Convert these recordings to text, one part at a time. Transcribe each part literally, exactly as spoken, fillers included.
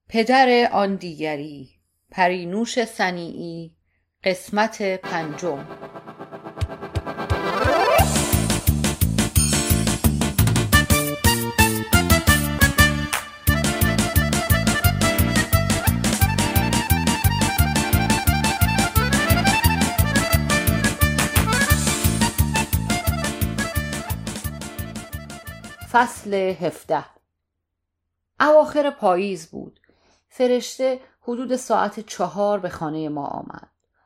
پدر آن دیگری، پرینوش صنیعی، قسمت پنجم. فصل هفده. اواخر پاییز بود. فرشته حدود ساعت چهار به خانه ما آمد.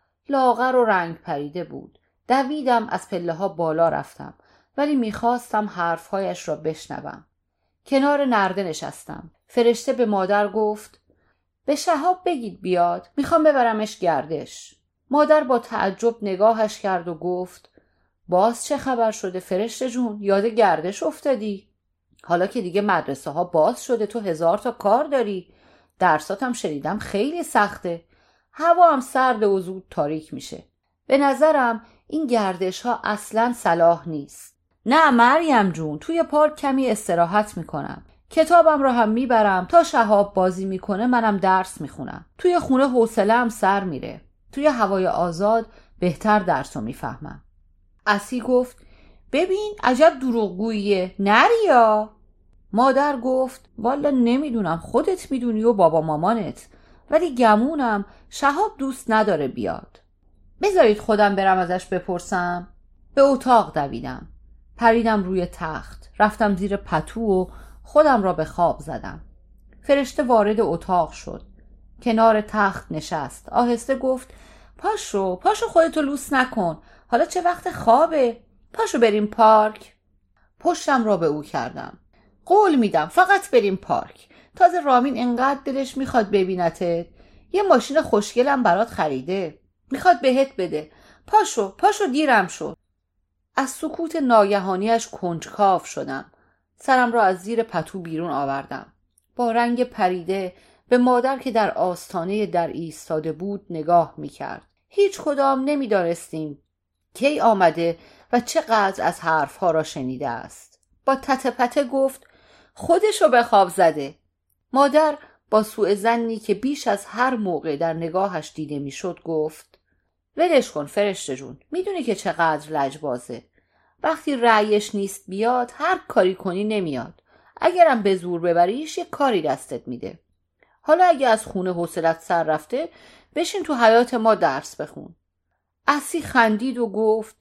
لاغر و رنگ پریده بود. دویدم از پله ها بالا رفتم، ولی میخواستم حرفهایش را بشنوم. کنار نرده نشستم. فرشته به مادر گفت به شهاب بگید بیاد، میخوام ببرمش گردش. مادر با تعجب نگاهش کرد و گفت باز چه خبر شده فرشته جون؟ یاد گردش افتادی؟ حالا که دیگه مدرسه ها باز شده تو هزار تا کار داری. درساتم شنیدم خیلی سخته. هوا هم سرد و زود تاریک میشه. به نظرم این گردش ها اصلا صلاح نیست. نه مریم جون، توی پارک کمی استراحت میکنم. کتابم را هم میبرم، تا شهاب بازی میکنه منم درس میخونم. توی خونه حوصله‌ام سر میره. توی هوای آزاد بهتر درس رو میفهمم. اسی گفت ببین عجب دروغگوییه، نریا. مادر گفت والا نمیدونم، خودت میدونی و بابا مامانت، ولی گمونم شهاب دوست نداره بیاد. بذارید خودم برم ازش بپرسم. به اتاق دویدم. پریدم روی تخت، رفتم زیر پتو و خودم را به خواب زدم. فرشته وارد اتاق شد. کنار تخت نشست. آهسته گفت پاشو پاشو خودتو لوس نکن، حالا چه وقت خوابه، پاشو بریم پارک. پشتم را به او کردم. قول میدم فقط بریم پارک. تازه رامین انقدر دلش میخواد ببینتت. یه ماشین خوشگلم برات خریده، میخواد بهت بده. پاشو پاشو دیرم شد. از سکوت ناگهانیش کنجکاو شدم. سرم را از زیر پتو بیرون آوردم. با رنگ پریده به مادر که در آستانه در ایستاده بود نگاه میکرد. هیچ کدام نمیدانستیم کی آمده و چقدر از حرفها را شنیده است. با تته پته گفت خودشو به خواب زده. مادر با سوء ظنی که بیش از هر موقع در نگاهش دیده میشد گفت ولش کن فرشته جون، میدونی که چقدر لجبازه. وقتی رأیش نیست بیاد هر کاری کنی نمیاد. اگرم به زور ببریش یه کاری دستت میده. حالا اگه از خونه حوصلت سر رفته بشین تو حیاط ما درس بخون. اسی خندید و گفت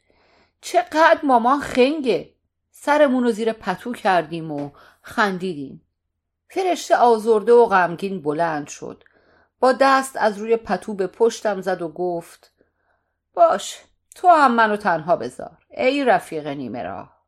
چقدر مامان خنگه. سرمون رو زیر پتو کردیم و خندیدیم. فرشته آزرده و غمگین بلند شد. با دست از روی پتو به پشتم زد و گفت باش، تو هم منو تنها بذار ای رفیق نیمه راه.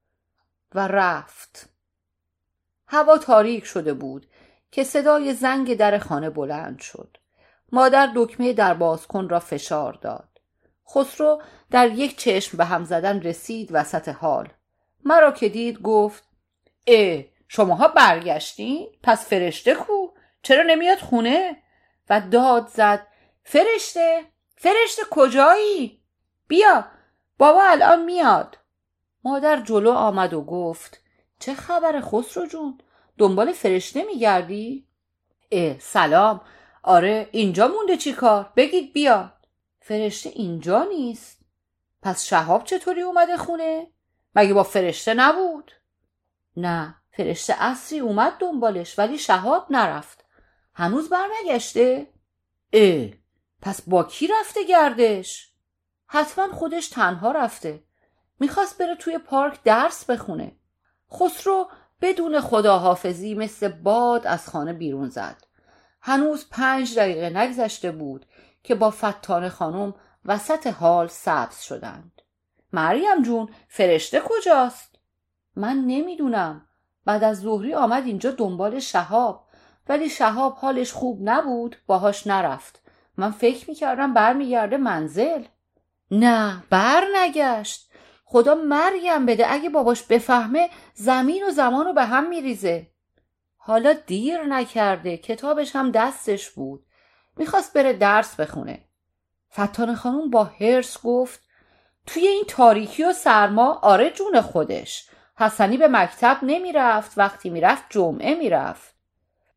و رفت. هوا تاریک شده بود که صدای زنگ در خانه بلند شد. مادر دکمه در باز کن را فشار داد. خسرو در یک چشم به هم زدن رسید وسط حال. مرا که دید گفت اه شماها برگشتین؟ پس فرشته کو؟ چرا نمیاد خونه؟ و داد زد فرشته فرشته کجایی؟ بیا بابا الان میاد. مادر جلو آمد و گفت چه خبر خسرو جون؟ دنبال فرشته میگردی؟ اه سلام. آره اینجا مونده چی کار؟ بگید بیاد. فرشته اینجا نیست. پس شهاب چطوری اومده خونه؟ مگه با فرشته نبود؟ نه، فرشته عصری اومد دنبالش ولی شهاب نرفت. هنوز برنگشته؟ اه پس با کی رفته گردش؟ حتما خودش تنها رفته. میخواست بره توی پارک درس بخونه. خسرو بدون خداحافظی مثل باد از خانه بیرون زد. هنوز پنج دقیقه نگذشته بود که با فتانه خانم وسط حال سبز شدند. مریم جون فرشته کجاست؟ من نمیدونم. بعد از ظهری آمد اینجا دنبال شهاب، ولی شهاب حالش خوب نبود باهاش نرفت. من فکر میکردم بر میگرده منزل. نه بر نگشت. خدا مریم بده اگه باباش بفهمه زمین و زمان رو به هم میریزه. حالا دیر نکرده، کتابش هم دستش بود. میخواست بره درس بخونه. فتانه خانم با حرص گفت توی این تاریکی و سرما آره جون خودش. حسنی به مکتب نمیرفت، وقتی میرفت جمعه میرفت.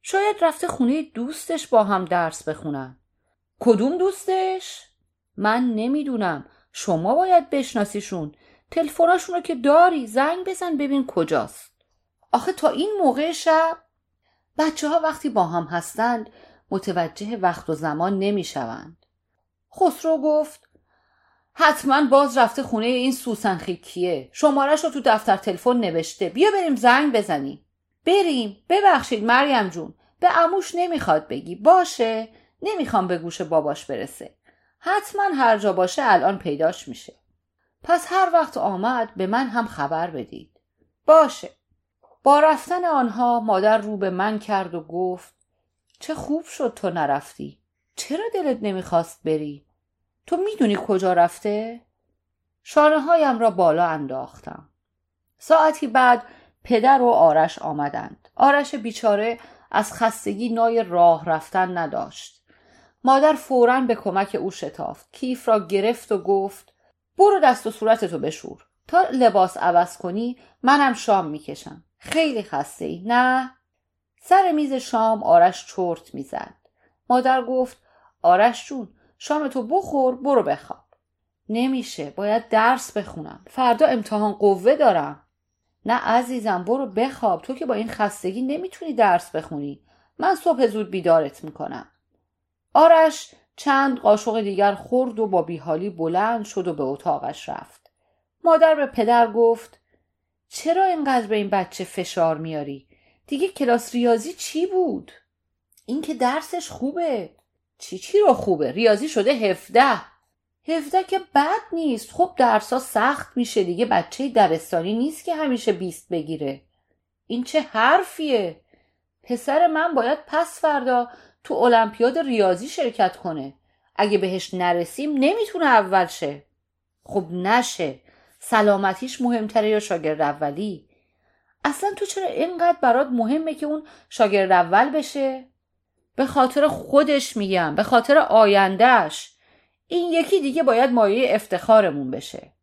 شاید رفته خونه دوستش با هم درس بخونن. کدوم دوستش؟ من نمیدونم. شما باید بشناسیشون. تلفناشون رو که داری، زنگ بزن ببین کجاست. آخه تا این موقع شب بچه ها وقتی با هم هستند متوجه وقت و زمان نمی شوند. خسرو گفت حتما باز رفته خونه این سوسن خیکیه. شمارش رو تو دفتر تلفن نوشته. بیا بریم زنگ بزنی. بریم. ببخشید مریم جون، به عموش نمیخواد بگی. باشه، نمیخوام به گوش باباش برسه. حتما هر جا باشه الان پیداش میشه. پس هر وقت آمد به من هم خبر بدید. باشه. با رفتن آنها مادر رو به من کرد و گفت چه خوب شد تو نرفتی. چرا دلت نمیخواست بری؟ تو میدونی کجا رفته؟ شانه هایم را بالا انداختم. ساعتی بعد پدر و آرش آمدند. آرش بیچاره از خستگی نای راه رفتن نداشت. مادر فوراً به کمک او شتافت. کیف را گرفت و گفت برو دست و صورتتو بشور. تا لباس عوض کنی منم شام میکشم. خیلی خسته ای نه؟ سر میز شام آرش چرت میزد. مادر گفت آرش جون شامتو بخور برو بخواب. نمیشه، باید درس بخونم. فردا امتحان قوه دارم. نه عزیزم برو بخواب. تو که با این خستگی نمیتونی درس بخونی. من صبح زود بیدارت میکنم. آرش چند قاشق دیگر خورد و با بیحالی بلند شد و به اتاقش رفت. مادر به پدر گفت چرا اینقدر به این بچه فشار میاری؟ دیگه کلاس ریاضی چی بود؟ این که درسش خوبه. چی چی رو خوبه؟ ریاضی شده هفده. هفده که بد نیست. خب درسا سخت میشه دیگه. بچه دبستانی نیست که همیشه بیست بگیره. این چه حرفیه؟ پسر من باید پس فردا تو المپیاد ریاضی شرکت کنه. اگه بهش نرسیم نمیتونه اول شه. خب نشه. سلامتیش مهمتره یا شاگرد اولی؟ اصلا تو چرا اینقدر برات مهمه که اون شاگرد اول بشه؟ به خاطر خودش میگم، به خاطر آیندهش. این یکی دیگه باید مایه افتخارمون بشه.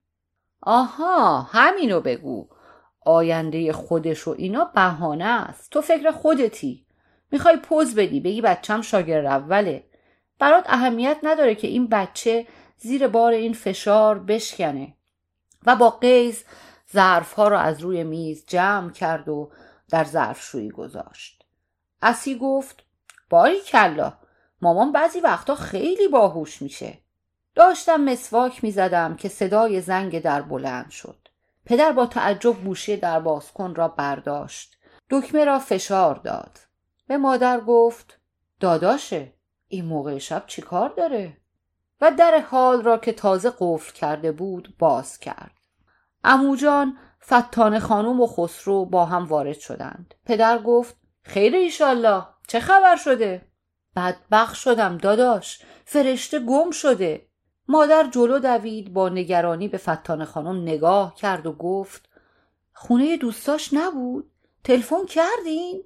آها همینو بگو. آینده خودش و اینا بهانه است. تو فکر خودتی. میخوای پوز بدی بگی بچم شاگرد اوله. برات اهمیت نداره که این بچه زیر بار این فشار بشکنه. و با غیظ ظرف‌ها رو از روی میز جمع کرد و در ظرفشویی گذاشت. اسی گفت باریکلا، مامان بعضی وقتا خیلی باهوش میشه. داشتم مسواک میزدم که صدای زنگ در بلند شد. پدر با تعجب گوشه در بازکن را برداشت. دکمه را فشار داد. به مادر گفت داداشه، این موقع شب چی کار داره؟ و در حال را که تازه قفل کرده بود باز کرد. عمو جان، فتانه خانم و خسرو با هم وارد شدند. پدر گفت خیر ایشالله، چه خبر شده؟ بدبخت شدم داداش، فرشته گم شده. مادر جلو دوید، با نگرانی به فتانه خانم نگاه کرد و گفت خونه دوستاش نبود؟ تلفن کردین؟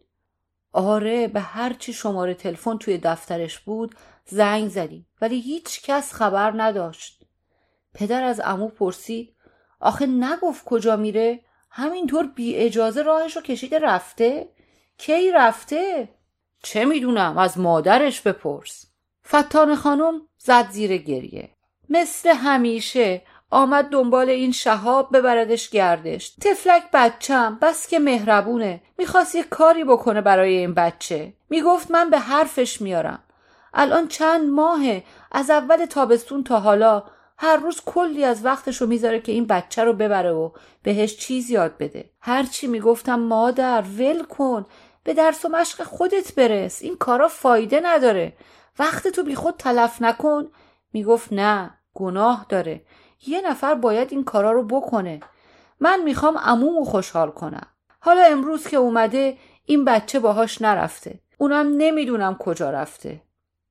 آره، به هر چی شماره تلفن توی دفترش بود زنگ زدیم ولی هیچ کس خبر نداشت. پدر از عمو پرسید آخه نگفت کجا میره؟ همینطور بی اجازه راهشو کشیده رفته؟ کی رفته؟ چه میدونم، از مادرش بپرس. فتانه خانم زد زیر گریه. مثل همیشه آمد دنبال این شهاب ببردش گردش. تفلک بچم، بس که مهربونه. میخواست یه کاری بکنه برای این بچه. میگفت من به حرفش میارم. الان چند ماهه از اول تابستون تا حالا هر روز کلی از وقتشو میذاره که این بچه رو ببره و بهش چیز یاد بده. هرچی میگفتم مادر ول کن، به درس و مشق خودت برس، این کارا فایده نداره، وقت تو بی خود تلف نکن. میگفت نه، گناه داره، یه نفر باید این کارا رو بکنه. من میخوام عمومو خوشحال کنم. حالا امروز که اومده این بچه باهاش نرفته، اونم نمیدونم کجا رفته.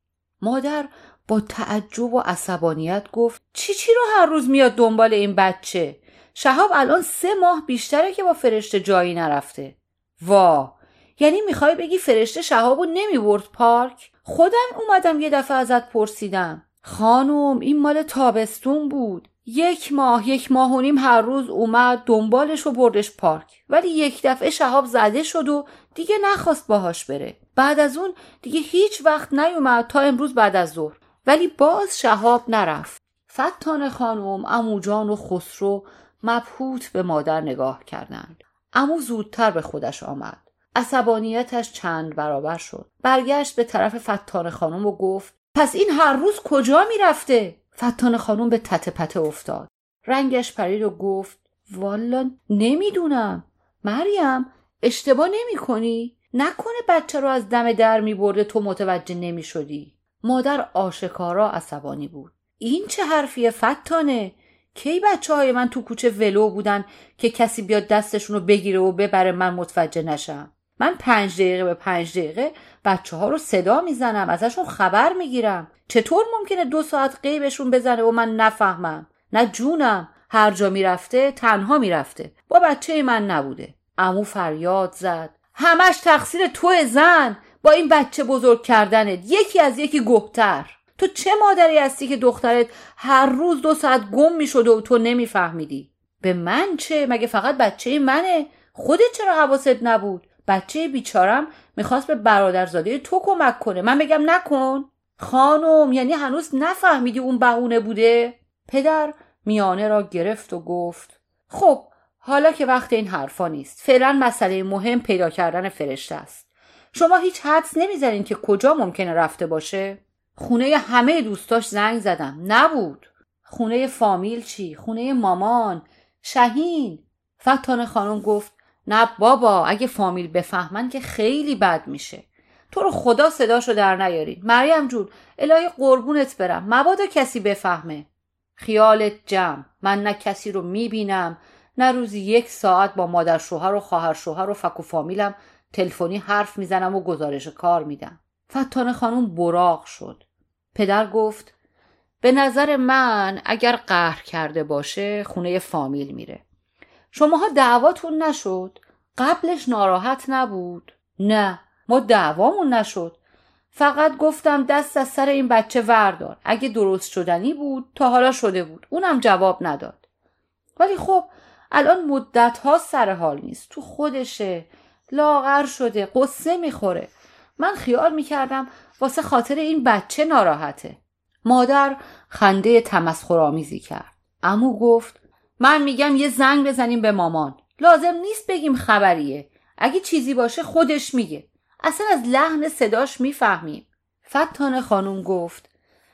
مادر با تعجب و عصبانیت گفت چی چی رو هر روز میاد دنبال این بچه؟ شهاب الان سه ماه بیشتره که با فرشته جایی نرفته. وا، یعنی میخوای بگی فرشته شهابو نمیبرد پارک؟ خودم اومدم یه دفعه ازت پرسیدم. خانم این مال تابستون بود. یک ماه یک ماه و نیم هر روز اومد دنبالش و بردش پارک، ولی یک دفعه شهاب زده شد و دیگه نخواست باهاش بره. بعد از اون دیگه هیچ وقت نیومد تا امروز بعد از ظهر، ولی باز شهاب نرفت. فتان خانم، عمو جان و خسرو مبهوت به مادر نگاه کردند. عمو زودتر به خودش آمد. عصبانیتش چند برابر شد. برگشت به طرف فتان خانم و گفت پس این هر روز کجا می رفته؟ فتان خانم به تته پته افتاد. رنگش پرید و گفت والا نمیدونم. مریم اشتباه نمی کنی؟ نکنه بچه رو از دم در می برده تو متوجه نمی شدی؟ مادر آشکارا عصبانی بود. این چه حرفیه فتانه؟ کی بچه های من تو کوچه ولو بودن که کسی بیاد دستشون رو بگیره و ببره من متوجه نشم؟ من پنج دقیقه به پنج دقیقه بچه ها رو صدا میزنم، ازشون خبر میگیرم. چطور ممکنه دو ساعت غیبشون بزنه و من نفهمم؟ نه جونم، هر جا میرفته تنها میرفته، با بچه من نبوده. عمو فریاد زد همش تقصیر تو زن، با این بچه بزرگ کردنت یکی از یکی گهتر. تو چه مادری هستی که دخترت هر روز دو ساعت گم میشده و تو نمیفهمیدی؟ به من چه؟ مگه فقط بچه منه؟ خودت چرا حواست نبود؟ بچه بیچارم میخواست به برادرزاده تو کمک کنه، من بگم نکن؟ خانم یعنی هنوز نفهمیدی اون بهونه بوده؟ پدر میانه را گرفت و گفت خب حالا که وقت این حرفا نیست، فعلا مسئله مهم پیدا کردن فرشته است. شما هیچ حدس نمیزنین که کجا ممکنه رفته باشه؟ خونه همه دوستاش زنگ زدم نبود. خونه فامیل چی؟ خونه مامان، شهین. فتان خانم گفت نه بابا، اگه فامیل بفهمن که خیلی بد میشه. تو رو خدا صداشو در نیارین. مریم جون الهی قربونت برم، مبادا کسی بفهمه. خیالت جمع، من نه کسی رو میبینم، نه روزی یک ساعت با مادر شوهر و خواهر شوهر و فک و فامیلم تلفنی حرف میزنم و گزارش کار میدم. فتان خانم براق شد. پدر گفت به نظر من اگر قهر کرده باشه خونه فامیل میره. شماها دعواتون نشد؟ قبلش ناراحت نبود؟ نه ما دعوامون نشد، فقط گفتم دست از سر این بچه وردار، اگه درست شدنی بود تا حالا شده بود. اونم جواب نداد. ولی خب الان مدت ها سر حال نیست، تو خودشه، لاغر شده، قصه میخوره. من خیال میکردم واسه خاطر این بچه ناراحته. مادر خنده تمسخرآمیزی کرد. عمو گفت من میگم یه زنگ بزنیم به مامان، لازم نیست بگیم خبریه، اگه چیزی باشه خودش میگه، اصلا از لحن صداش میفهمیم. فتان خانم گفت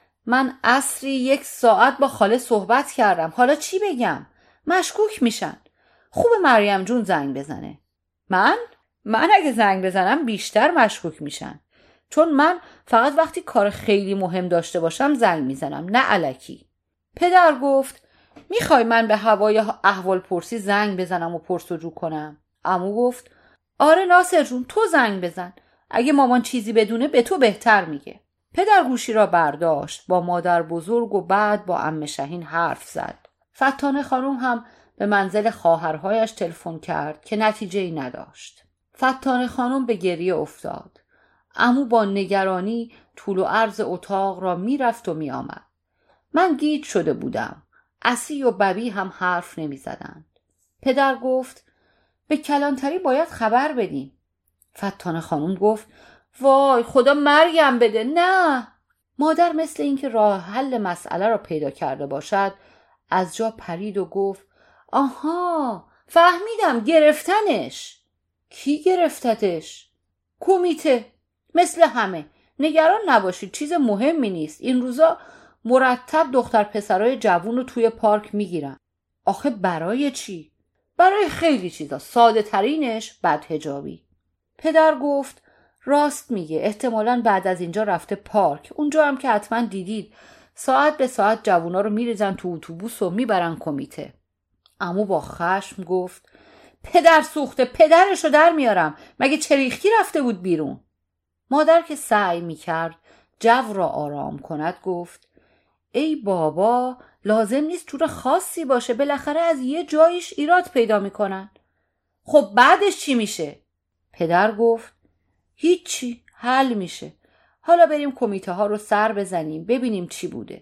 من عصری یک ساعت با خاله صحبت کردم، حالا چی بگم؟ مشکوک میشن. خوب مریم جون زنگ بزنه. من؟ من اگه زنگ بزنم بیشتر مشکوک میشن، چون من فقط وقتی کار خیلی مهم داشته باشم زنگ میزنم، نه الکی. پدر گفت میخوای من به هوای احوال پرسی زنگ بزنم و پرسجو کنم؟ عمو گفت آره ناصر جون تو زنگ بزن، اگه مامان چیزی بدونه به تو بهتر میگه. پدر گوشی را برداشت، با مادر بزرگ و بعد با عمه شهین حرف زد. فتان خانم هم به منزل خواهرهایش تلفن کرد که نتیجه ای نداشت. فتان خانم به گریه افتاد. عمو با نگرانی طول و عرض اتاق را میرفت و میآمد. من گیج شده بودم. اسی و ببی هم حرف نمی زدند. پدر گفت به کلانتری باید خبر بدیم. فتان خانم گفت وای خدا مریم بده. نه. مادر مثل اینکه راه حل مسئله را پیدا کرده باشد از جا پرید و گفت آها فهمیدم، گرفتنش. کی گرفتتش؟ کمیته. مثل همه. نگران نباشید، چیز مهمی نیست. این روزا مرتب دختر پسرای جوون رو توی پارک میگیرن. آخه برای چی؟ برای خیلی چیزا، ساده ترینش بدحجابی. پدر گفت راست میگه، احتمالاً بعد از اینجا رفته پارک. اونجا هم که حتما دیدید ساعت به ساعت جوونا رو میریزن تو اتوبوس و میبرن کمیته. عمو با خشم گفت پدر سوخته، پدرشو در میارم، مگه چریخی رفته بود بیرون؟ مادر که سعی میکرد جو را آرام کند گفت ای بابا لازم نیست جور خاصی باشه، بالاخره از یه جایش ایراد پیدا میکنن. خب بعدش چی میشه؟ پدر گفت هیچی، حل میشه. حالا بریم کمیته ها رو سر بزنیم ببینیم چی بوده.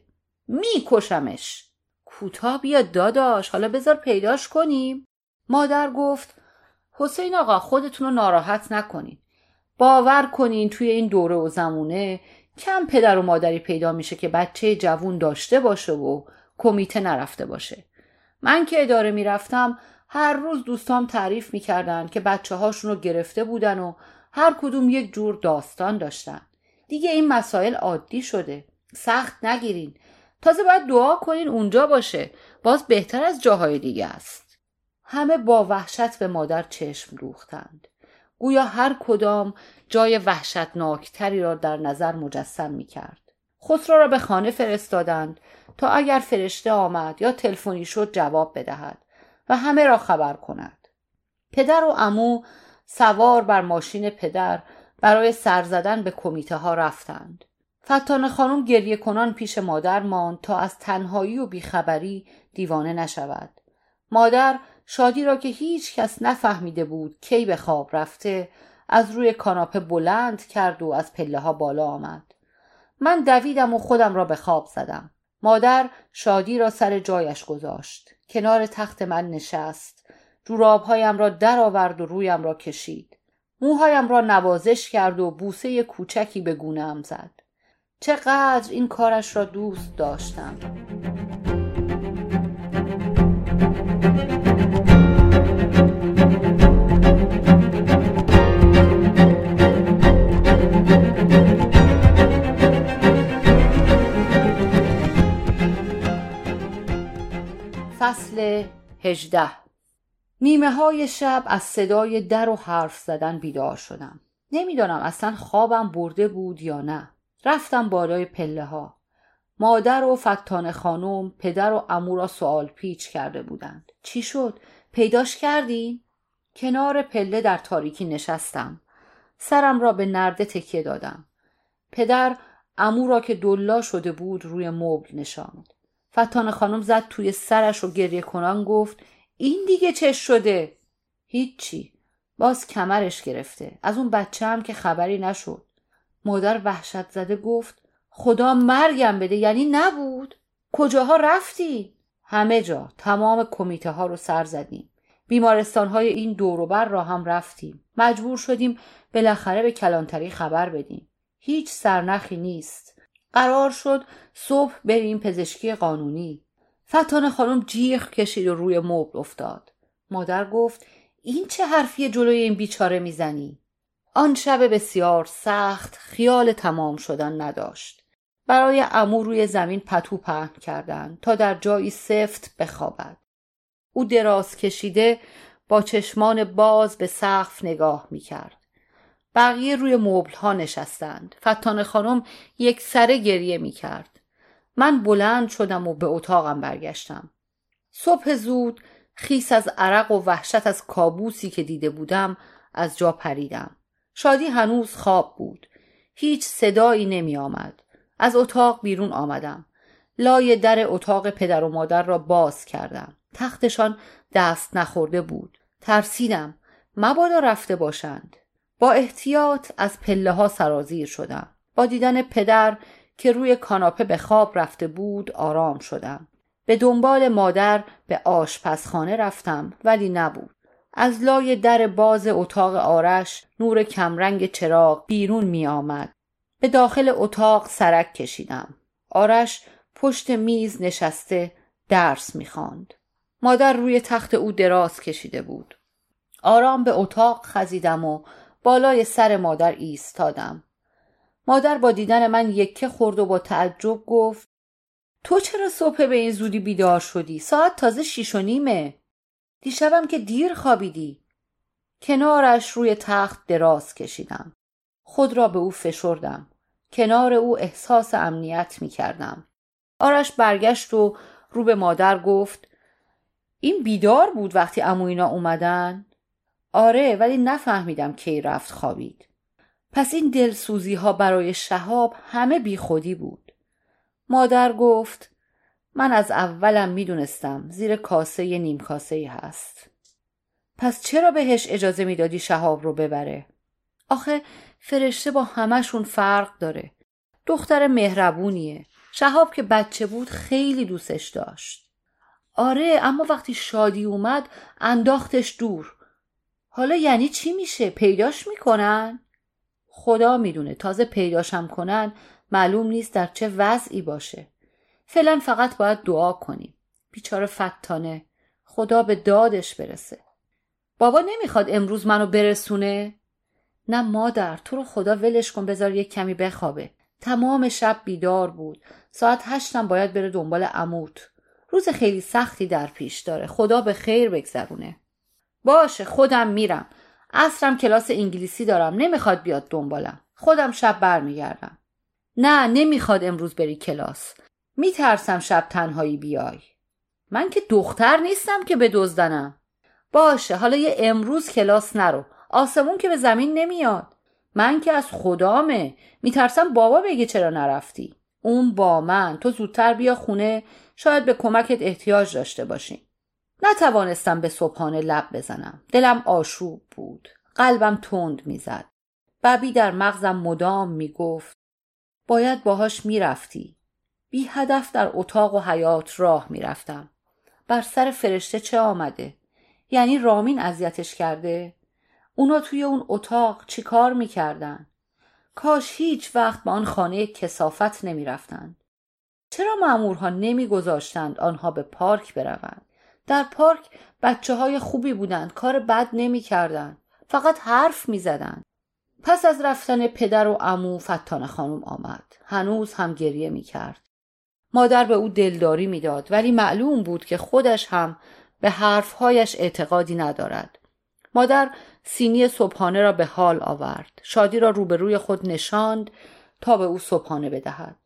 میکشمش. کوتاه بیا داداش، حالا بذار پیداش کنیم. مادر گفت حسین آقا خودتون رو ناراحت نکنید. باور کنین توی این دوره و زمونه کم پدر و مادری پیدا میشه که بچه جوون داشته باشه و کمیته نرفته باشه. من که اداره میرفتم هر روز دوستام تعریف میکردن که بچه هاشون رو گرفته بودن و هر کدوم یک جور داستان داشتن. دیگه این مسائل عادی شده، سخت نگیرین. تازه باید دعا کنین اونجا باشه، باز بهتر از جاهای دیگه است. همه با وحشت به مادر چشم دوختند، گویا هر کدام جای وحشتناکتری را در نظر مجسم می کرد. خسرو را به خانه فرستادند تا اگر فرشته آمد یا تلفنی شد جواب بدهد و همه را خبر کند. پدر و عمو سوار بر ماشین پدر برای سر زدن به کمیته ها رفتند. فتانه خانم گریه کنان پیش مادر ماند تا از تنهایی و بیخبری دیوانه نشود. مادر شادی را که هیچ کس نفهمیده بود کی به خواب رفته از روی کاناپه بلند کرد و از پله ها بالا آمد. من دویدم و خودم را به خواب زدم. مادر شادی را سر جایش گذاشت. کنار تخت من نشست. جورابهایم را در آورد و رویم را کشید. موهایم را نوازش کرد و بوسه کوچکی به گونه‌ام زد. چقدر این کارش را دوست داشتم. فصل هجده. نیمه های شب از صدای در و حرف زدن بیدار شدم. نمیدانم اصلا خوابم برده بود یا نه. رفتم بالای پله ها. مادر و فتانه خانم پدر و عمو را سوال پیچ کرده بودند. چی شد؟ پیداش کردین؟ کنار پله در تاریکی نشستم. سرم را به نرده تکیه دادم. پدر عمو را که دلا شده بود روی مبل نشاند. فتانه خانم زد توی سرش و گریه کنان گفت این دیگه چه شده؟ هیچی. باز کمرش گرفته. از اون بچه هم که خبری نشد. مادر وحشت زده گفت خدا مرگم بده، یعنی نبود؟ کجاها رفتی؟ همه جا. تمام کمیته ها رو سر زدیم. بیمارستان های این دور و بر را هم رفتیم. مجبور شدیم بالاخره به کلانتری خبر بدیم. هیچ سرنخی نیست. قرار شد صبح بریم پزشکی قانونی. فتانه خانم جیغ کشید و روی مبل افتاد. مادر گفت این چه حرفیه جلوی این بیچاره میزنی؟ آن شب بسیار سخت خیال تمام شدن نداشت. برای عمو روی زمین پتو پهن کردند تا در جایی سفت بخوابد. او دراز کشیده با چشمان باز به سقف نگاه میکرد. بقیه روی مبل ها نشستند. فتانه خانم یک سره گریه میکرد. من بلند شدم و به اتاقم برگشتم. صبح زود خیس از عرق و وحشت از کابوسی که دیده بودم از جا پریدم. شادی هنوز خواب بود. هیچ صدایی نمی آمد. از اتاق بیرون آمدم. لای در اتاق پدر و مادر را باز کردم. تختشان دست نخورده بود. ترسیدم. مبادا رفته باشند. با احتیاط از پله ها سرازیر شدم. با دیدن پدر که روی کاناپه به خواب رفته بود آرام شدم. به دنبال مادر به آشپزخانه رفتم ولی نبود. از لای در باز اتاق آرش نور کمرنگ چراغ بیرون می آمد. به داخل اتاق سرک کشیدم. آرش پشت میز نشسته درس می خواند. مادر روی تخت او دراز کشیده بود. آرام به اتاق خزیدم و بالای سر مادر ایستادم. مادر با دیدن من یکه خورد و با تعجب گفت تو چرا صبح به این زودی بیدار شدی؟ ساعت تازه شیش و نیمه. دیشبم که دیر خوابیدی. کنارش روی تخت دراز کشیدم. خود را به او فشردم. کنار او احساس امنیت می کردم. آرش برگشت و رو به مادر گفت این بیدار بود وقتی عمو اینا اومدن؟ آره، ولی نفهمیدم کی رفت خوابید. پس این دلسوزی ها برای شهاب همه بی خودی بود. مادر گفت من از اولم می دونستم زیر کاسه ی نیم کاسه ای هست. پس چرا بهش اجازه می دادی شهاب رو ببره؟ آخه فرشته با همشون فرق داره. دختر مهربونیه. شهاب که بچه بود خیلی دوستش داشت. آره، اما وقتی شادی اومد انداختش دور. حالا یعنی چی میشه؟ پیداش میکنن؟ خدا میدونه، تازه پیداشم کنن معلوم نیست در چه وضعی باشه. فعلا فقط باید دعا کنیم. بیچاره فتانه، خدا به دادش برسه. بابا نمیخواد امروز منو برسونه؟ نه مادر، تو رو خدا ولش کن، بذار یک کمی بخوابه. تمام شب بیدار بود. ساعت هشتم باید بره دنبال عموت. روز خیلی سختی در پیش داره. خدا به خیر بگذرونه. باشه خودم میرم. عصرم کلاس انگلیسی دارم، نمیخواد بیاد دنبالم. خودم شب برمیگردم. نه نمیخواد امروز بری کلاس. میترسم شب تنهایی بیای. من که دختر نیستم که بدزدنم. باشه حالا یه امروز کلاس نرو. آسمون که به زمین نمیاد. من که از خدامه. میترسم بابا بگه چرا نرفتی. اون با من. تو زودتر بیا خونه، شاید به کمکت احتیاج داشته باشیم. نتوانستم به صبحانه لب بزنم. دلم آشوب بود. قلبم تند میزد. ببی در مغزم مدام میگفت باید باهاش میرفتی. بی هدف در اتاق و حیاط راه میرفتم. بر سر فرشته چه آمده؟ یعنی رامین اذیتش کرده؟ اونا توی اون اتاق چی کار میکردن؟ کاش هیچ وقت به آن خانه کثافت نمیرفتند. چرا مأمورها نمیگذاشتند آنها به پارک بروند؟ در پارک بچه های خوبی بودند، کار بد نمیکردند، فقط حرف میزدند. پس از رفتن پدر و عمو فتانه خانم آمد. هنوز هم گریه میکرد. مادر به او دلداری میداد، ولی معلوم بود که خودش هم به حرفهایش اعتقادی ندارد. مادر سینی صبحانه را به حال آورد. شادی را روبروی خود نشاند تا به او صبحانه بدهد.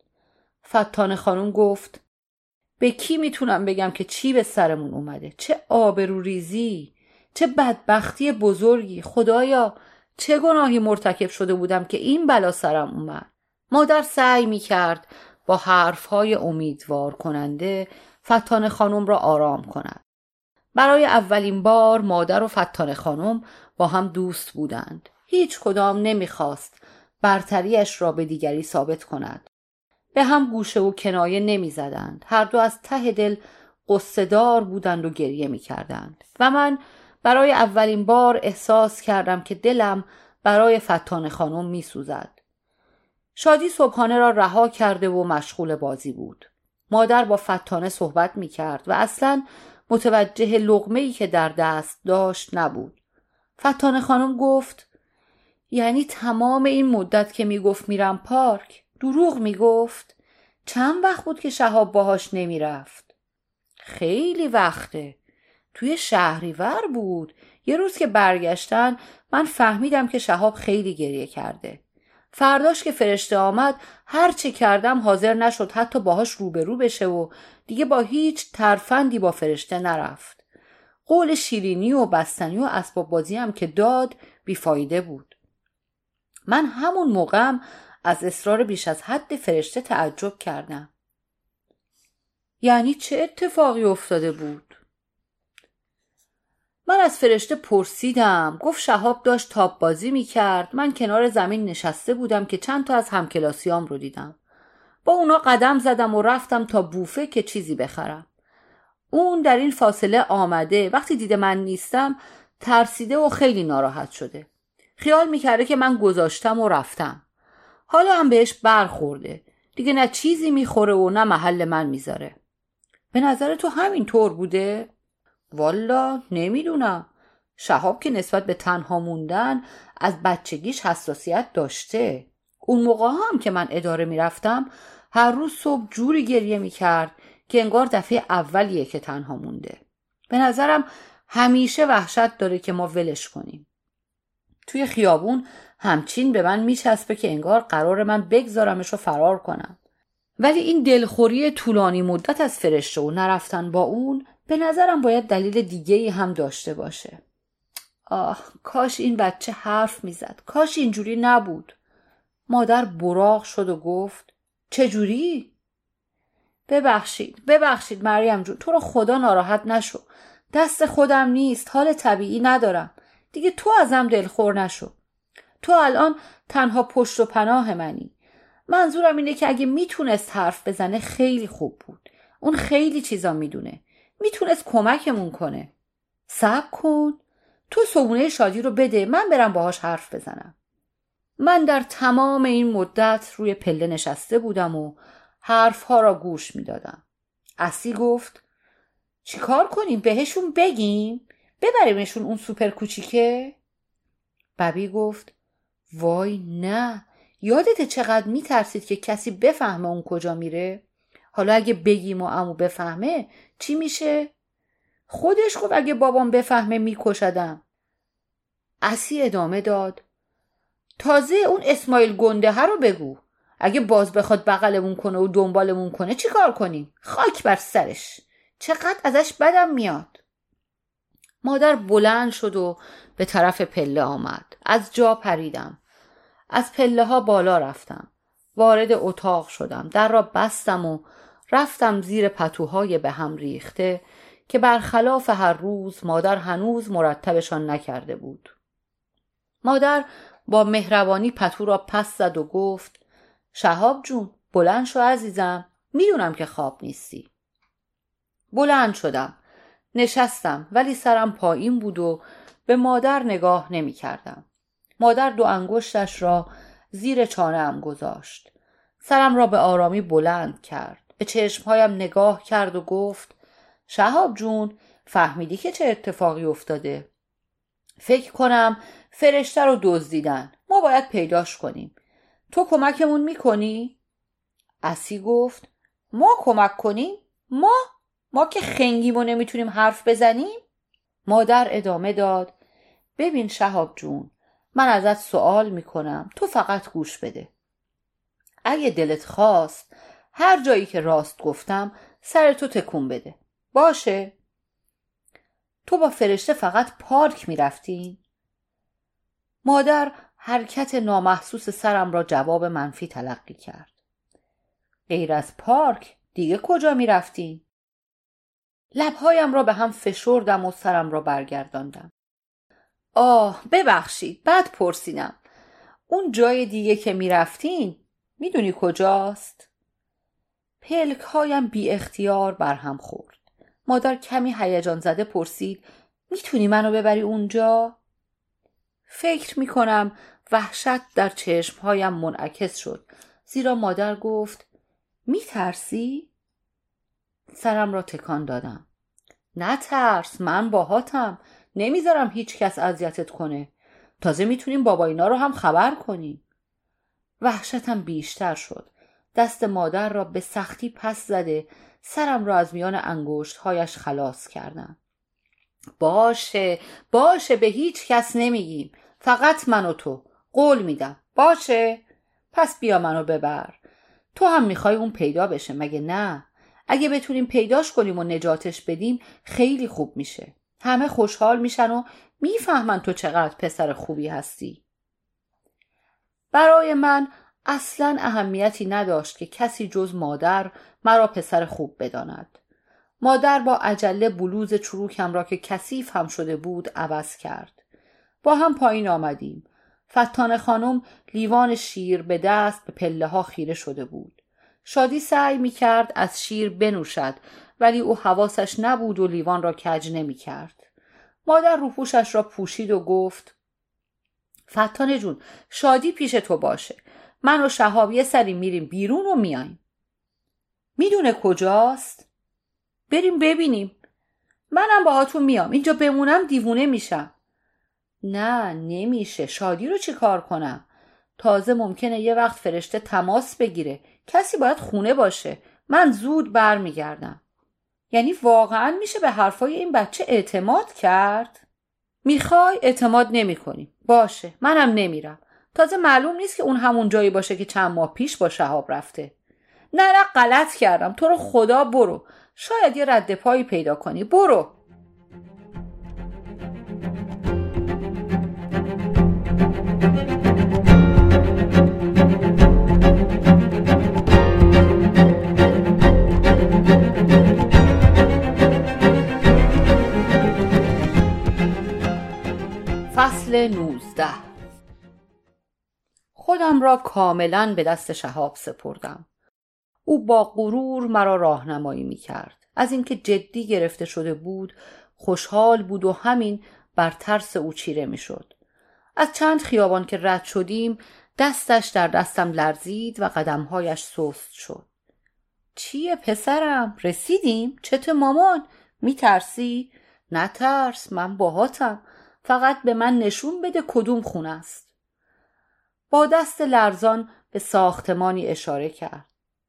فتانه خانم گفت به کی میتونم بگم که چی به سرمون اومده؟ چه آبروریزی، چه بدبختی بزرگی. خدایا چه گناهی مرتکب شده بودم که این بلا سرم اومد. مادر سعی میکرد با حرفهای امیدوار کننده فتانه خانم را آرام کند. برای اولین بار مادر و فتانه خانم با هم دوست بودند. هیچ کدام نمیخواست برتریش را به دیگری ثابت کند. به هم گوشه و کنایه نمی زدند. هر دو از ته دل قصه دار بودند و گریه می کردند. و من برای اولین بار احساس کردم که دلم برای فتانه خانم می سوزد. شادی صبحانه را رها کرده و مشغول بازی بود. مادر با فتانه صحبت می کرد و اصلاً متوجه لقمه‌ای که در دست داشت نبود. فتانه خانم گفت یعنی تمام این مدت که می گفت میرم پارک دروغ می گفت؟ چند وقت بود که شهاب باهاش نمی رفت؟ خیلی وقته. توی شهریور بود. یه روز که برگشتن من فهمیدم که شهاب خیلی گریه کرده. فرداش که فرشته آمد هر چه کردم حاضر نشد حتی باهاش روبرو بشه و دیگه با هیچ ترفندی با فرشته نرفت. قول شیرینی و بستنی و اسباب بازی هم که داد بیفایده بود. من همون موقعم از اصرار بیش از حد فرشته تعجب کردم. یعنی چه اتفاقی افتاده بود؟ من از فرشته پرسیدم. گفت شهاب داشت تاپ بازی می کرد. من کنار زمین نشسته بودم که چند تا از همکلاسیام رو دیدم. با اونا قدم زدم و رفتم تا بوفه که چیزی بخرم. اون در این فاصله آمده. وقتی دیده من نیستم ترسیده و خیلی ناراحت شده. خیال میکرده که من گذاشتم و رفتم. حالا هم بهش برخورده. دیگه نه چیزی میخوره و نه محل من میذاره. به نظر تو همین طور بوده؟ والا نمیدونم. شهاب که نسبت به تنها موندن از بچگیش حساسیت داشته. اون موقع هم که من اداره میرفتم هر روز صبح جوری گریه میکرد که انگار دفعه اولیه که تنها مونده. به نظرم همیشه وحشت داره که ما ولش کنیم. توی خیابون همچین به من میچسبه که انگار قرار من بگذارمش و فرار کنم. ولی این دلخوری طولانی مدت از فرشته و نرفتن با اون به نظرم باید دلیل دیگه‌ای هم داشته باشه. آه کاش این بچه حرف میزد. کاش اینجوری نبود. مادر براق شد و گفت چجوری؟ ببخشید ببخشید مریم جون، تو رو خدا ناراحت نشو. دست خودم نیست. حال طبیعی ندارم. دیگه تو ازم دلخور نشو. تو الان تنها پشت و پناه منی. منظورم اینه که اگه میتونست حرف بزنه خیلی خوب بود. اون خیلی چیزا میدونه. میتونست کمکمون کنه. صبر کن. تو صبونه شادی رو بده، من برم باهاش حرف بزنم. من در تمام این مدت روی پله نشسته بودم و حرفها را گوش می دادم. اسی گفت چی کار کنیم؟ بهشون بگیم؟ ببریمشون اون سوپر کوچیکه؟ ببی گفت وای نه، یادته چقدر می ترسید که کسی بفهمه اون کجا میره؟ حالا اگه بگیم و عمو بفهمه چی میشه؟ خودش گفت اگه بابام بفهمه میکشدم. اسی ادامه داد تازه اون اسماعیل گنده ها رو بگو، اگه باز بخواد بغلمون کنه و دنبالمون کنه چی کار کنیم؟ خاک بر سرش، چقدر ازش بدم میاد. مادر بلند شد و به طرف پله آمد. از جا پریدم، از پله ها بالا رفتم، وارد اتاق شدم، در را بستم و رفتم زیر پتوهای به هم ریخته که برخلاف هر روز مادر هنوز مرتبشان نکرده بود. مادر با مهربانی پتو را پس زد و گفت شهاب جون بلند شو عزیزم، میدونم که خواب نیستی. بلند شدم، نشستم، ولی سرم پایین بود و به مادر نگاه نمی کردم. مادر دو انگشتش را زیر چانه‌ام گذاشت، سرم را به آرامی بلند کرد، به چشمهایم نگاه کرد و گفت شهاب جون فهمیدی که چه اتفاقی افتاده؟ فکر کنم فرشته رو دزدیدن، ما باید پیداش کنیم. تو کمکمون میکنی؟ اسی گفت ما کمک کنیم؟ ما؟ ما که خنگیم و نمیتونیم حرف بزنیم؟ مادر ادامه داد ببین شهاب جون، من ازت سوال میکنم، تو فقط گوش بده. اگه دلت خواست هر جایی که راست گفتم سر تو تکون بده، باشه؟ تو با فرشته فقط پارک میرفتین؟ مادر حرکت نامحسوس سرم را جواب منفی تلقی کرد. غیر از پارک دیگه کجا میرفتین؟ لبهایم را به هم فشردم و سرم را برگرداندم. آه ببخشید، بد پرسیدم. اون جای دیگه که میرفتین میدونی کجاست؟ پلک هایم بی اختیار بر هم خورد. مادر کمی هیجان زده پرسید میتونی منو ببری اونجا؟ فکر میکنم وحشت در چشمهایم منعکس شد، زیرا مادر گفت میترسی؟ سرم را تکان دادم. نه ترس، من باهاتم، نمیذارم هیچ کس اذیتت کنه، تازه میتونیم بابا اینا رو هم خبر کنیم. وحشتم بیشتر شد. دست مادر را به سختی پس زده سرم را از میان انگشت‌هایش خلاص کردم. باشه باشه، به هیچ کس نمیگیم، فقط من و تو، قول میدم، باشه؟ پس بیا منو ببر. تو هم میخوای اون پیدا بشه مگه نه؟ اگه بتونیم پیداش کنیم و نجاتش بدیم خیلی خوب میشه، همه خوشحال میشن و میفهمن تو چقدر پسر خوبی هستی. برای من اصلاً اهمیتی نداشت که کسی جز مادر مرا پسر خوب بداند. مادر با عجله بلوز چروکم را که کثیف هم شده بود عوض کرد. با هم پایین آمدیم. فتانه خانم لیوان شیر به دست به پله ها خیره شده بود. شادی سعی می کرد از شیر بنوشد، ولی او حواسش نبود و لیوان را کج نمی کرد. مادر روپوشش را پوشید و گفت فتانه جون، شادی پیش تو باشه، من و شهاب یه سری میریم بیرون و میایم. میدونه کجاست؟ بریم ببینیم. منم باهاتون میام، اینجا بمونم دیوونه میشم. نه نمیشه، شادی رو چی کار کنم؟ تازه ممکنه یه وقت فرشته تماس بگیره، کسی باید خونه باشه، من زود بر میگردم. یعنی واقعا میشه به حرفای این بچه اعتماد کرد؟ میخوای اعتماد نمی کنی. باشه، منم نمیرم. تازه معلوم نیست که اون همون جایی باشه که چند ماه پیش با شهاب رفته. نه نه غلط کردم، تو رو خدا برو، شاید یه رد پایی پیدا کنی، برو. فصل نوزده. خودم را کاملا به دست شهاب سپردم. او با غرور مرا راهنمایی می کرد. از اینکه جدی گرفته شده بود خوشحال بود و همین بر ترس او چیره می شد. از چند خیابان که رد شدیم دستش در دستم لرزید و قدمهایش سست شد. چیه پسرم؟ رسیدیم؟ چته مامان؟ میترسی؟ نترس، من باهاتم. فقط به من نشون بده کدوم خونه است. با دست لرزان به ساختمانی اشاره کرد.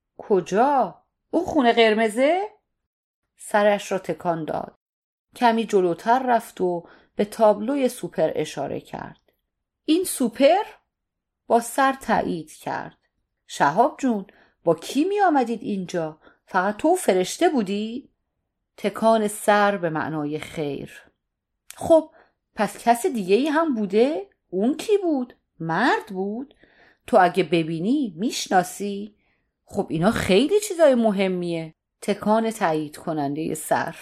کجا؟ اون خونه قرمزه؟ سرش را تکان داد. کمی جلوتر رفت و به تابلوی سوپر اشاره کرد. این سوپر؟ با سر تایید کرد. شهاب جون، با کی می آمدید اینجا؟ فقط تو فرشته بودی؟ تکان سر به معنای خیر. خب پس کس دیگه ای هم بوده؟ اون کی بود؟ مرد بود؟ تو اگه ببینی میشناسی؟ خب اینا خیلی چیزای مهمیه. تکان تایید کننده سر.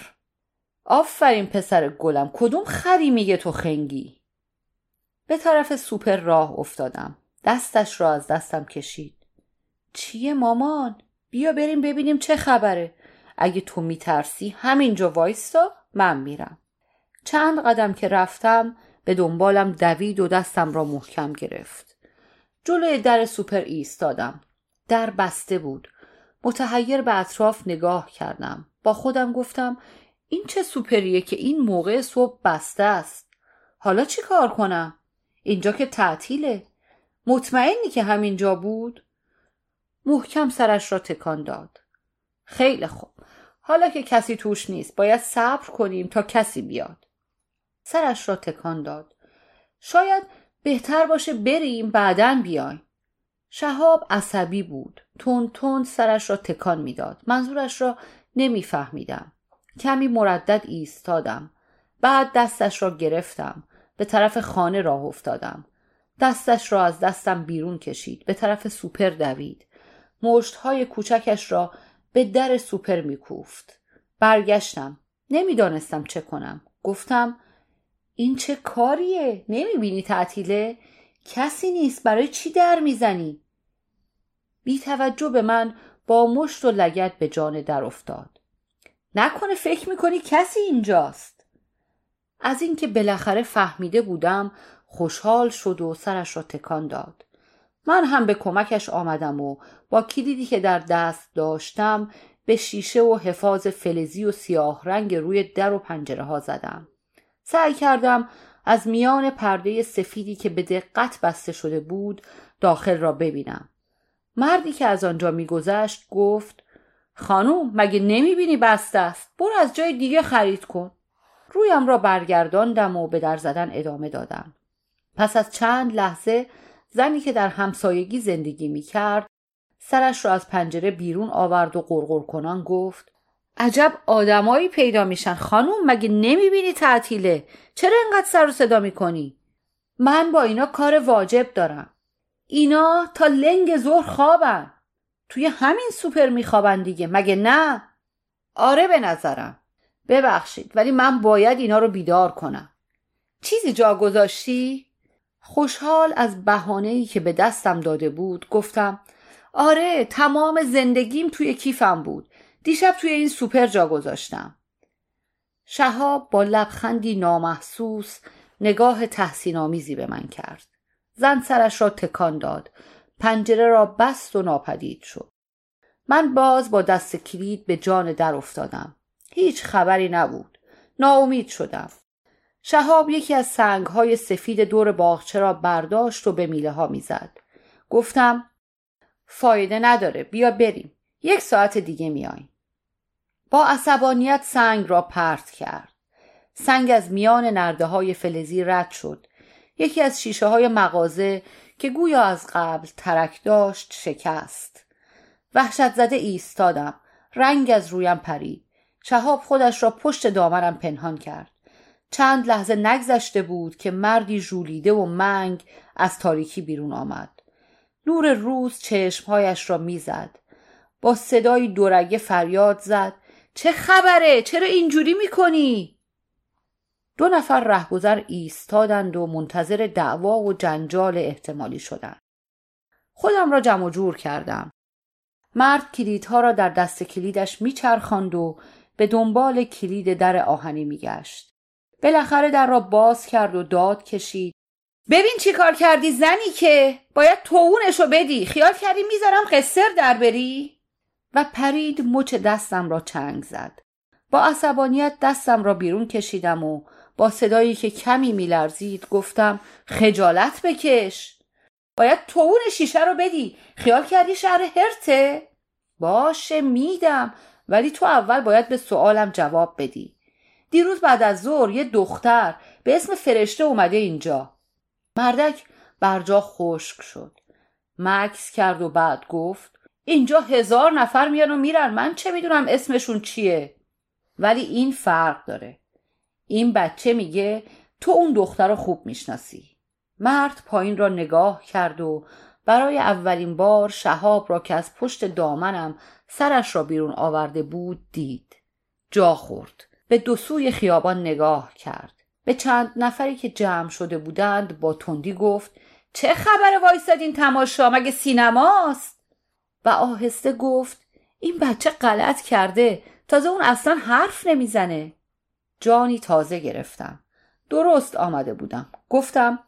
آفرین پسر گلم، کدوم خری میگه تو خنگی؟ به طرف سوپر راه افتادم. دستش را از دستم کشید. چیه مامان؟ بیا بریم ببینیم چه خبره. اگه تو میترسی همینجا وایستا، من میرم. چند قدم که رفتم به دنبالم دوید و دستم را محکم گرفت. جلوی در سوپر ایستادم. در بسته بود. متحیر به اطراف نگاه کردم. با خودم گفتم این چه سوپریه که این موقع صبح بسته است؟ حالا چی کار کنم؟ اینجا که تعطیله. مطمئنی که همینجا بود؟ محکم سرش را تکان داد. خیلی خوب. حالا که کسی توش نیست باید صبر کنیم تا کسی بیاد. سرش را تکان داد. شاید بهتر باشه بریم بعداً بیایم. شهاب عصبی بود. تون تون سرش را تکان میداد. منظورش را نمیفهمیدم. کمی مردد ایستادم. بعد دستش را گرفتم. به طرف خانه راه افتادم. دستش را از دستم بیرون کشید. به طرف سوپر دوید. مشت‌های کوچکش را به در سوپر میکوفت. برگشتم. نمیدانستم چه کنم. گفتم این چه کاریه؟ نمیبینی تعطیله؟ کسی نیست، برای چی در میزنی؟ بی توجه به من با مشت و لگد به جان در افتاد. نکنه فکر میکنی کسی اینجاست؟ از اینکه بالاخره فهمیده بودم خوشحال شد و سرش را تکان داد. من هم به کمکش آمدم و با کلیدی که در دست داشتم به شیشه و حفاظ فلزی و سیاه رنگ روی در و پنجره ها زدم. سعی کردم از میان پرده سفیدی که به دقت بسته شده بود داخل را ببینم. مردی که از آنجا میگذشت گفت خانوم مگه نمیبینی بسته است؟ برو از جای دیگه خرید کن. رویم را برگرداندم و به در زدن ادامه دادم. پس از چند لحظه زنی که در همسایگی زندگی میکرد سرش را از پنجره بیرون آورد و غرغر کنان گفت عجب آدمایی پیدا میشن خانوم، مگه نمیبینی تعطیله؟ چرا اینقدر سر و صدا میکنی؟ من با اینا کار واجب دارم. اینا تا لنگ ظهر خوابن. توی همین سوپر میخوابن دیگه، مگه نه؟ آره به نظرم. ببخشید ولی من باید اینا رو بیدار کنم. چیزی جا گذاشتی؟ خوشحال از بهانه‌ای که به دستم داده بود گفتم آره، تمام زندگیم توی کیفم بود. دیشب توی این سوپر جا گذاشتم. شهاب با لبخندی نامحسوس نگاه تحسین آمیزی به من کرد. زن سرش را تکان داد. پنجره را بست و ناپدید شد. من باز با دست کلید به جان در افتادم. هیچ خبری نبود. ناامید شدم. شهاب یکی از سنگ‌های سفید دور باغچه را برداشت و به میله ها می‌زد. گفتم فایده نداره، بیا بریم. یک ساعت دیگه میایم. با عصبانیت سنگ را پرت کرد. سنگ از میان نرده‌های فلزی رد شد. یکی از شیشه‌های مغازه که گویا از قبل ترک داشت شکست. وحشت زده ایستادم. رنگ از رویم پرید. شهاب خودش را پشت دامنم پنهان کرد. چند لحظه نگذشته بود که مردی ژولیده و منگ از تاریکی بیرون آمد. نور روز چشمهایش را میزد. با صدای دورگه فریاد زد چه خبره؟ چرا اینجوری میکنی؟ دو نفر رهگذر ایستادند و منتظر دعوا و جنجال احتمالی شدند. خودم را جمع جور کردم. مرد کلیدها را در دست کلیدش میچرخاند و به دنبال کلید در آهنی میگشت. بالاخره در را باز کرد و داد کشید ببین چی کار کردی زنی که باید توونشو بدی، خیال کردی میذارم قصر در بری؟ و پرید مچ دستم را چنگ زد. با عصبانیت دستم را بیرون کشیدم و با صدایی که کمی میلرزید گفتم خجالت بکش، باید توون شیشه رو بدی، خیال کردی شهر هرته؟ باشه میدم، ولی تو اول باید به سوالم جواب بدی. دیروز بعد از ظهر یه دختر به اسم فرشته اومده اینجا. مردک برجا خشک شد، مکث کرد و بعد گفت اینجا هزار نفر میان و میرن، من چه میدونم اسمشون چیه؟ ولی این فرق داره، این بچه میگه تو اون دختر رو خوب میشناسی. مرد پایین را نگاه کرد و برای اولین بار شهاب را که از پشت دامنم سرش را بیرون آورده بود دید. جا خورد. به دو سوی خیابان نگاه کرد. به چند نفری که جمع شده بودند با تندی گفت چه خبر وایسادین تماشا، مگه سینماست؟ و آهسته گفت این بچه غلط کرده، تازه اون اصلا حرف نمیزنه. جانی تازه گرفتم. درست آمده بودم. گفتم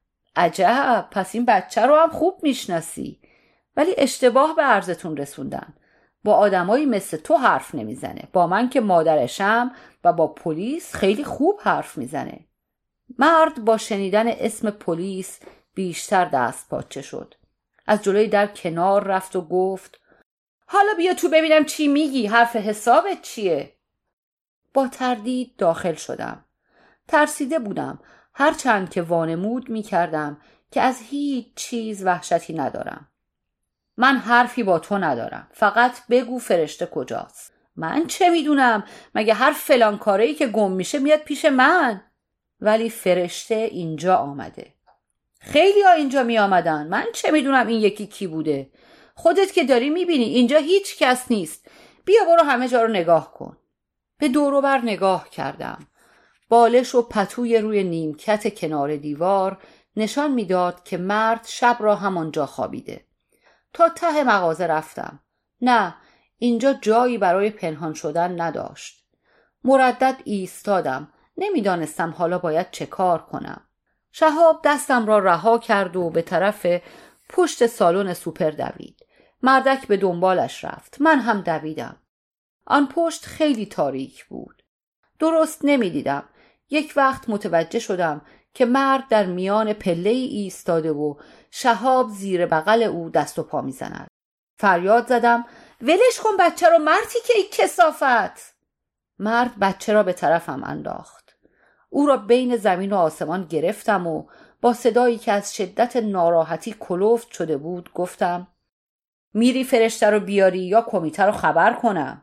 عجب، پس این بچه رو هم خوب میشناسی، ولی اشتباه به عرضتون رسوندن. با آدمایی مثل تو حرف نمیزنه، با من که مادرشم و با پلیس خیلی خوب حرف میزنه. مرد با شنیدن اسم پلیس بیشتر دست پاچه شد. از جلوی در کنار رفت و گفت حالا بیا تو ببینم چی میگی، حرف حسابت چیه؟ با تردید داخل شدم. ترسیده بودم، هرچند که وانمود میکردم که از هیچ چیز وحشتی ندارم. من حرفی با تو ندارم، فقط بگو فرشته کجاست. من چه میدونم، مگه هر فلان کاره‌ای که گم میشه میاد پیش من؟ ولی فرشته اینجا آمده. خیلی ها اینجا می آمدن، من چه میدونم این یکی کی بوده؟ خودت که داری میبینی اینجا هیچ کس نیست. بیا برو همه جا رو نگاه کن. به دور و بر نگاه کردم. بالش و پتوی روی نیمکت کنار دیوار نشان میداد که مرد شب را همانجا خوابیده. تا ته مغازه رفتم. نه، اینجا جایی برای پنهان شدن نداشت. مردد ایستادم. نمیدانستم حالا باید چه کار کنم. شهاب دستم را رها کرد و به طرف پشت سالن سوپر دوید. مردک به دنبالش رفت. من هم دویدم. آن پشت خیلی تاریک بود. درست نمیدیدم. یک وقت متوجه شدم که مرد در میان پله ایستاده و شهاب زیر بغل او دست و پا میزند. فریاد زدم ولش کن بچه رو مرتی که ای کثافت. مرد بچه را به طرفم انداخت. او را بین زمین و آسمان گرفتم و با صدایی که از شدت ناراحتی کلفت شده بود گفتم میری فرشته رو بیاری یا کمیته رو خبر کنم؟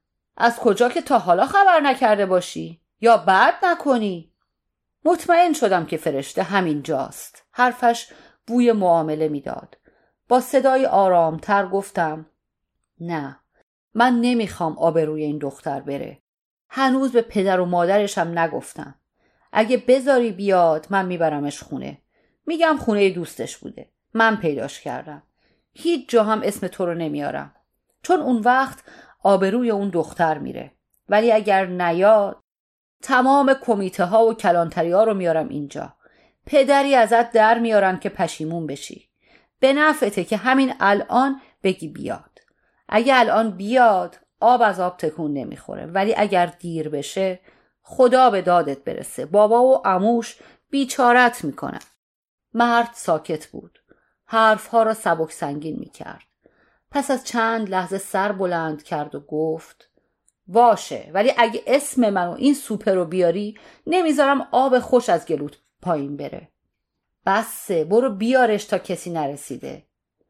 از کجا که تا حالا خبر نکرده باشی؟ یا بد نکنی؟ مطمئن شدم که فرشته همین جاست. حرفش بوی معامله میداد. با صدای آرامتر گفتم نه، من نمیخوام آبروی این دختر بره. هنوز به پدر و مادرشم نگفتم. اگه بذاری بیاد من میبرمش خونه. میگم خونه دوستش بوده. من پیداش کردم. هیچ جا هم اسم تو رو نمیارم. چون اون وقت آبروی اون دختر میره. ولی اگر نیاد تمام کمیته ها و کلانتری ها رو میارم اینجا. پدری ازت در میارن که پشیمون بشی. به نفعته که همین الان بگی بیاد. اگه الان بیاد آب از آب تکون نمیخوره، ولی اگر دیر بشه خدا به دادت برسه. بابا و عموش بیچارت میکنن. مرد ساکت بود. حرفها را سبک سنگین میکرد. پس از چند لحظه سر بلند کرد و گفت باشه، ولی اگه اسم منو این سوپر رو بیاری نمیذارم آب خوش از گلوت پایین بره. بسه، برو بیارش تا کسی نرسیده.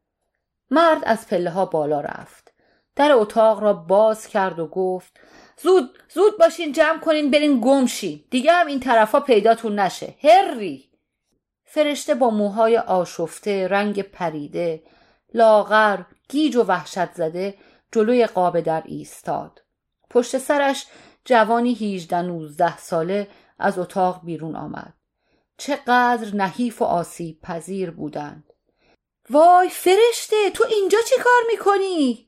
مرد از پله ها بالا رفت. در اتاق را باز کرد و گفت زود زود باشین جمع کنین برین گم شین. دیگه هم این طرفا پیداتون نشه. هری. فرشته با موهای آشفته، رنگ پریده، لاغر، گیج و وحشت زده جلوی قاب در ایستاد. پشت سرش جوانی هجده نوزده ساله از اتاق بیرون آمد. چقدر نحیف و آسیب پذیر بودند. وای فرشته، تو اینجا چی کار میکنی؟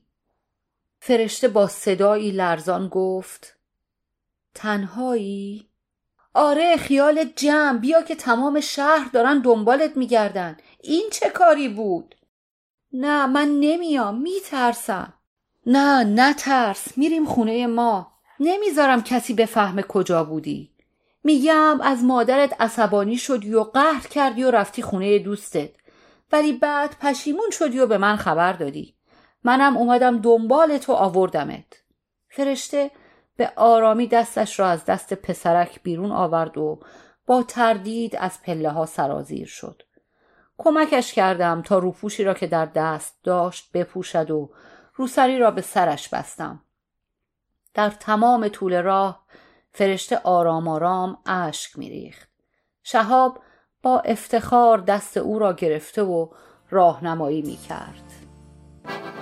فرشته با صدایی لرزان گفت تنهایی؟ آره خیال جمع، بیا که تمام شهر دارن دنبالت میگردن. این چه کاری بود؟ نه من نمیام، میترسم. نه نترس، میریم خونه ما. نمیذارم کسی بفهمه کجا بودی. میگم از مادرت عصبانی شدی و قهر کردی و رفتی خونه دوستت، ولی بعد پشیمون شدی و به من خبر دادی. منم اومدم دنبالت و آوردمت. فرشته به آرامی دستش را از دست پسرک بیرون آورد و با تردید از پله ها سرازیر شد. کمکش کردم تا روپوشی را که در دست داشت بپوشد و روسری را به سرش بستم. در تمام طول راه فرشته آرام آرام اشک می‌ریخت. شهاب با افتخار دست او را گرفته و راهنمایی می‌کرد.